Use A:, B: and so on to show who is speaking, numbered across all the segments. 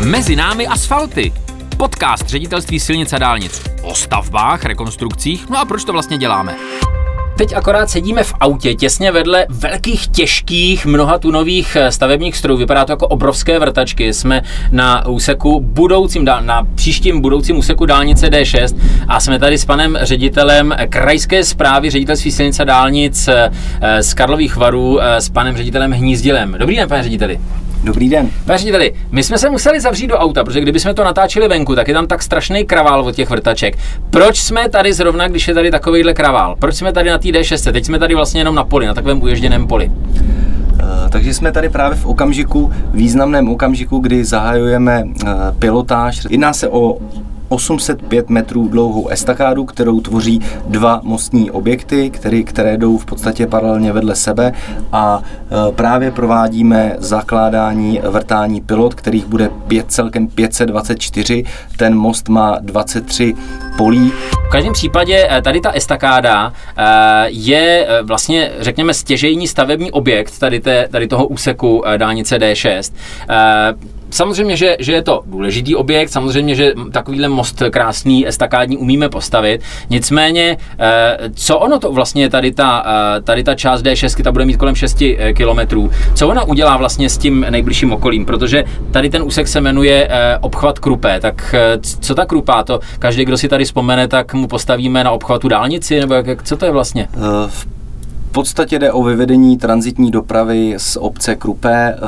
A: Mezi námi asfalty. Podcast Ředitelství silnic a dálnic o stavbách, rekonstrukcích, no a proč to vlastně děláme? Teď akorát sedíme v autě těsně vedle velkých, těžkých, mnohatunových stavebních strojů. Vypadá to jako obrovské vrtačky. Jsme na úseku na příštím budoucím úseku dálnice D6 a jsme tady s panem ředitelem krajské správy Ředitelství silnic a dálnic z Karlových Varů, s panem ředitelem Hnízdilem. Dobrý den, pane řediteli.
B: Dobrý den.
A: Pane řediteli, my jsme se museli zavřít do auta, protože kdybychom to natáčeli venku, tak je tam tak strašný kravál od těch vrtaček. Proč jsme tady zrovna, když je tady takovejhle kravál? Proč jsme tady na té D6? Teď jsme tady vlastně jenom na poli, na takovém uježděném poli.
B: Takže jsme tady právě v významném okamžiku, kdy zahajujeme pilotáž. Jedná se o 805 metrů dlouhou estakádu, kterou tvoří dva mostní objekty, které jdou v podstatě paralelně vedle sebe a právě provádíme zakládání vrtání pilot, kterých bude celkem 524. Ten most má 23 polí.
A: V každém případě tady ta estakáda je vlastně, řekněme, stěžejní stavební objekt tady toho úseku dálnice D6. Samozřejmě, že je to důležitý objekt, samozřejmě, že takovýhle most krásný, estakádní umíme postavit, nicméně, co ono to vlastně tady ta část D6, ta bude mít kolem 6 kilometrů, co ona udělá vlastně s tím nejbližším okolím, protože tady ten úsek se jmenuje obchvat Krupé, tak co ta Krupá, to každý, kdo si tady vzpomene, tak mu postavíme na obchvatu dálnici, nebo co to je vlastně?
B: V podstatě jde o vyvedení tranzitní dopravy z obce Krupé.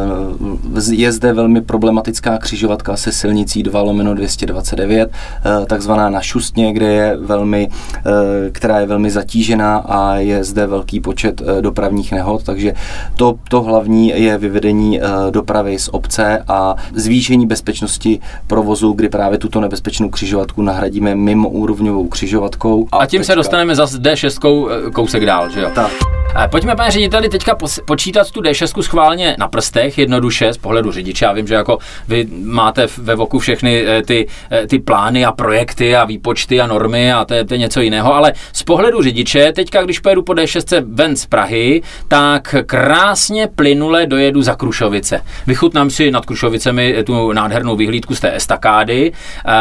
B: Je zde velmi problematická křižovatka se silnicí 2/229, takzvaná na Šustně, která je velmi zatížená a je zde velký počet dopravních nehod, takže to hlavní je vyvedení dopravy z obce a zvýšení bezpečnosti provozu, kdy právě tuto nebezpečnou křižovatku nahradíme mimoúrovňovou křižovatkou.
A: A tím se dostaneme zase D6 kousek dál, že jo? Pojďme, pane řediteli, teďka počítat tu D6 schválně na prstech, jednoduše, z pohledu řidiče. Já vím, že jako vy máte ve voku všechny ty plány a projekty a výpočty a normy a to je něco jiného, ale z pohledu řidiče, teďka, když pojedu po D6 ven z Prahy, tak krásně plynule dojedu za Krušovice. Vychutnám si nad Krušovicemi tu nádhernou vyhlídku z té estakády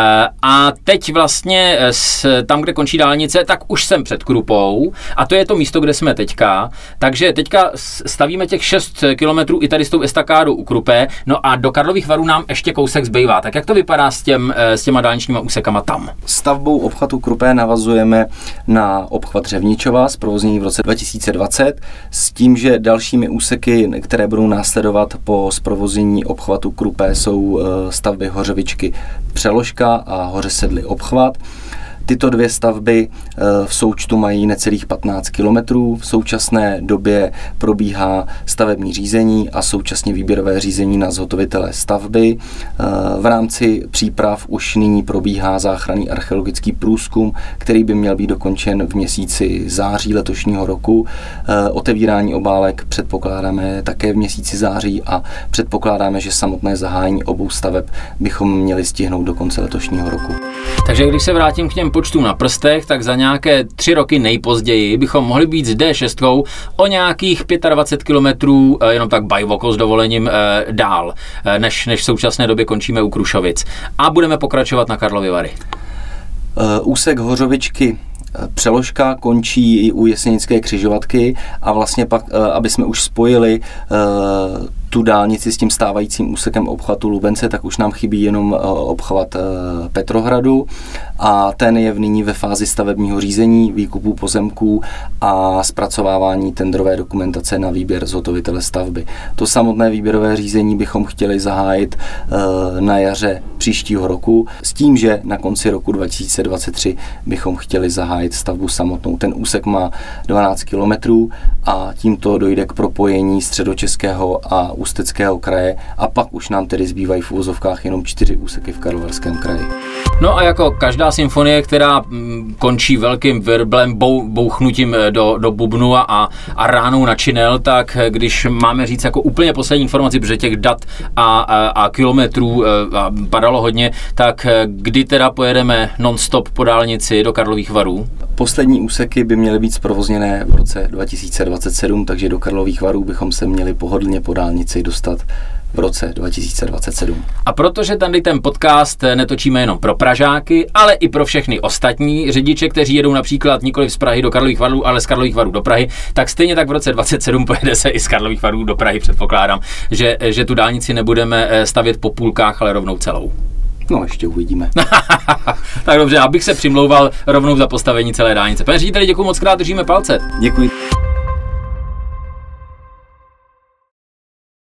A: a teď vlastně tam, kde končí dálnice, tak už jsem před Krupou a to je to místo, kde jsme teďka. Takže teďka stavíme těch 6 kilometrů i tady s tou estakádou u Krupé, no a do Karlových Varů nám ještě kousek zbývá. Tak jak to vypadá s těma dálničníma úsekama tam?
B: Stavbou obchvatu Krupé navazujeme na obchvat Řevničova, zprovozněný v roce 2020, s tím, že dalšími úseky, které budou následovat po zprovoznění obchvatu Krupé, jsou stavby Hořovičky Přeložka a Hořesedly obchvat. Tyto dvě stavby v součtu mají necelých 15 kilometrů. V současné době probíhá stavební řízení a současně výběrové řízení na zhotovitele stavby. V rámci příprav už nyní probíhá záchranný archeologický průzkum, který by měl být dokončen v měsíci září letošního roku. Otevírání obálek předpokládáme také v měsíci září a předpokládáme, že samotné zahájení obou staveb bychom měli stihnout do konce letošního roku.
A: Takže když se vrátím k těm počtům na prstech, tak za nějaké 3 roky nejpozději bychom mohli být s D6 o nějakých 25 kilometrů jenom tak bajvoko s dovolením dál, než v současné době končíme u Krušovic. A budeme pokračovat na Karlovy Vary.
B: Úsek Hořovičky Přeložka končí i u Jesenické křižovatky a vlastně pak, aby jsme už spojili tu dálnici s tím stávajícím úsekem obchvatu Lubence, tak už nám chybí jenom obchvat Petrohradu a ten je nyní ve fázi stavebního řízení, výkupu pozemků a zpracovávání tendrové dokumentace na výběr zhotovitele stavby. To samotné výběrové řízení bychom chtěli zahájit na jaře příštího roku s tím, že na konci roku 2023 bychom chtěli zahájit stavbu samotnou. Ten úsek má 12 kilometrů a tímto dojde k propojení Středočeského a Ústeckého kraje a pak už nám tedy zbývají v uvozovkách jenom 4 úseky v Karlovarském kraji.
A: No a jako každá symfonie, která končí velkým virblem, bouchnutím do bubnu a ránou na činel, tak když máme říct jako úplně poslední informaci, protože těch dat a kilometrů padalo hodně, tak kdy teda pojedeme non-stop po dálnici do Karlových Varů?
B: Poslední úseky by měly být zprovozněné v roce 2027, takže do Karlových Varů bychom se měli pohodlně po dálnici dostat v roce 2027.
A: A protože tady ten podcast netočíme jenom pro Pražáky, ale i pro všechny ostatní řidiče, kteří jedou například nikoli z Prahy do Karlových Varů, ale z Karlových Varů do Prahy, tak stejně tak v roce 2027 pojede se i z Karlových Varů do Prahy, předpokládám, že tu dálnici nebudeme stavět po půlkách, ale rovnou celou.
B: No, ještě uvidíme.
A: Tak dobře, abych se přimlouval rovnou za postavení celé dálnice. Pane řediteli, děkuji moc krát, držíme palce.
B: Děkuji.